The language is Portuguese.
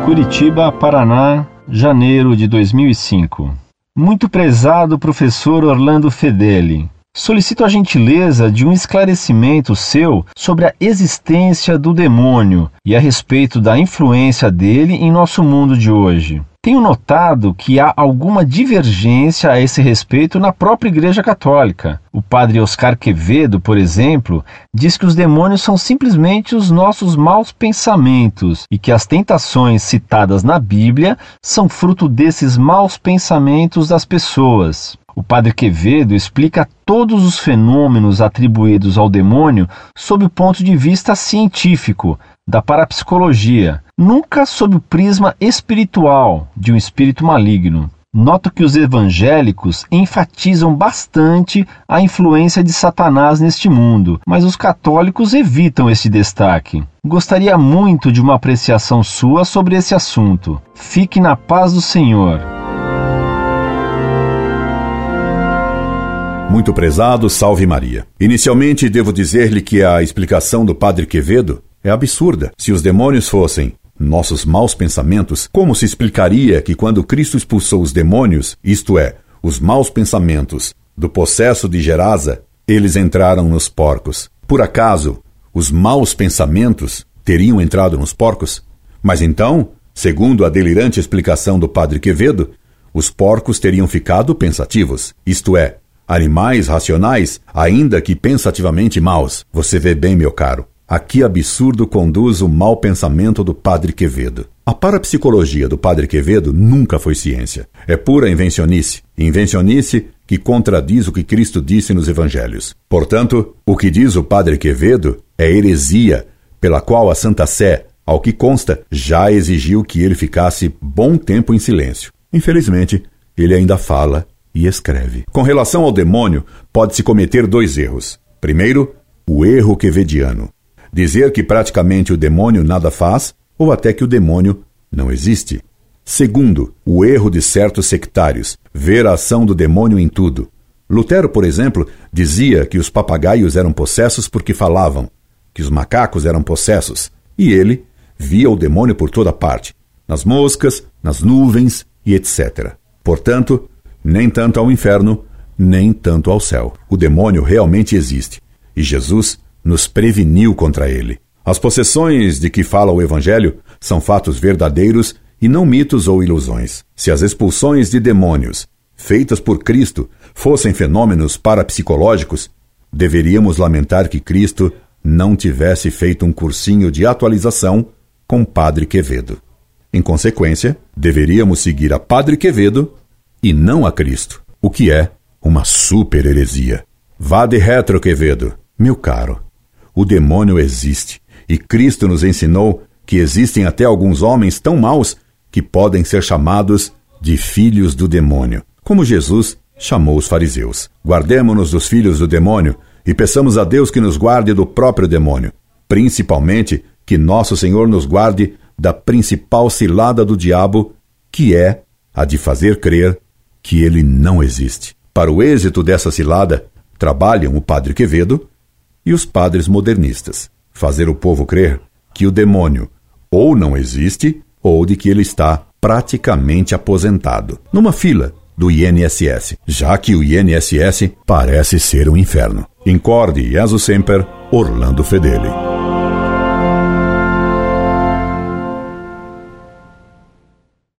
Curitiba, Paraná, janeiro de 2005. Muito prezado professor Orlando Fedeli, solicito a gentileza de um esclarecimento seu sobre a existência do demônio e a respeito da influência dele em nosso mundo de hoje. Tenho notado que há alguma divergência a esse respeito na própria Igreja Católica. O padre Oscar Quevedo, por exemplo, diz que os demônios são simplesmente os nossos maus pensamentos e que as tentações citadas na Bíblia são fruto desses maus pensamentos das pessoas. O padre Quevedo explica todos os fenômenos atribuídos ao demônio sob o ponto de vista científico, da parapsicologia, nunca sob o prisma espiritual de um espírito maligno. Noto que os evangélicos enfatizam bastante a influência de Satanás neste mundo, mas os católicos evitam esse destaque. Gostaria muito de uma apreciação sua sobre esse assunto. Fique na paz do Senhor. Muito prezado, salve Maria. Inicialmente, devo dizer-lhe que a explicação do padre Quevedo é absurda. Se os demônios fossem nossos maus pensamentos, como se explicaria que quando Cristo expulsou os demônios, isto é, os maus pensamentos, do possesso de Gerasa, eles entraram nos porcos? Por acaso, os maus pensamentos teriam entrado nos porcos? Mas então, segundo a delirante explicação do padre Quevedo, os porcos teriam ficado pensativos, isto é, animais racionais, ainda que pensativamente maus. Você vê bem, meu caro, a que absurdo conduz o mau pensamento do padre Quevedo. A parapsicologia do padre Quevedo nunca foi ciência. É pura invencionice. Invencionice que contradiz o que Cristo disse nos evangelhos. Portanto, o que diz o padre Quevedo é heresia, pela qual a Santa Sé, ao que consta, já exigiu que ele ficasse bom tempo em silêncio. Infelizmente, ele ainda fala e escreve. Com relação ao demônio, pode-se cometer dois erros. Primeiro, o erro quevediano. Dizer que praticamente o demônio nada faz, ou até que o demônio não existe. Segundo, o erro de certos sectários, ver a ação do demônio em tudo. Lutero, por exemplo, dizia que os papagaios eram possessos porque falavam, que os macacos eram possessos, e ele via o demônio por toda parte, nas moscas, nas nuvens e etc. Portanto, nem tanto ao inferno, nem tanto ao céu. O demônio realmente existe, e Jesus nos preveniu contra ele. As possessões de que fala o Evangelho são fatos verdadeiros e não mitos ou ilusões. Se as expulsões de demônios, feitas por Cristo, fossem fenômenos parapsicológicos, deveríamos lamentar que Cristo não tivesse feito um cursinho de atualização com Padre Quevedo. Em consequência, deveríamos seguir a Padre Quevedo e não a Cristo, o que é uma super heresia. Vá de retro, Quevedo. Meu caro, o demônio existe, e Cristo nos ensinou que existem até alguns homens tão maus que podem ser chamados de filhos do demônio, como Jesus chamou os fariseus. Guardemo-nos dos filhos do demônio e peçamos a Deus que nos guarde do próprio demônio, principalmente que nosso Senhor nos guarde da principal cilada do diabo, que é a de fazer crer que ele não existe. Para o êxito dessa cilada, trabalham o padre Quevedo e os padres modernistas. Fazer o povo crer que o demônio ou não existe, ou de que ele está praticamente aposentado, numa fila do INSS, já que o INSS parece ser um inferno. Incorde Jesus Semper, Orlando Fedeli.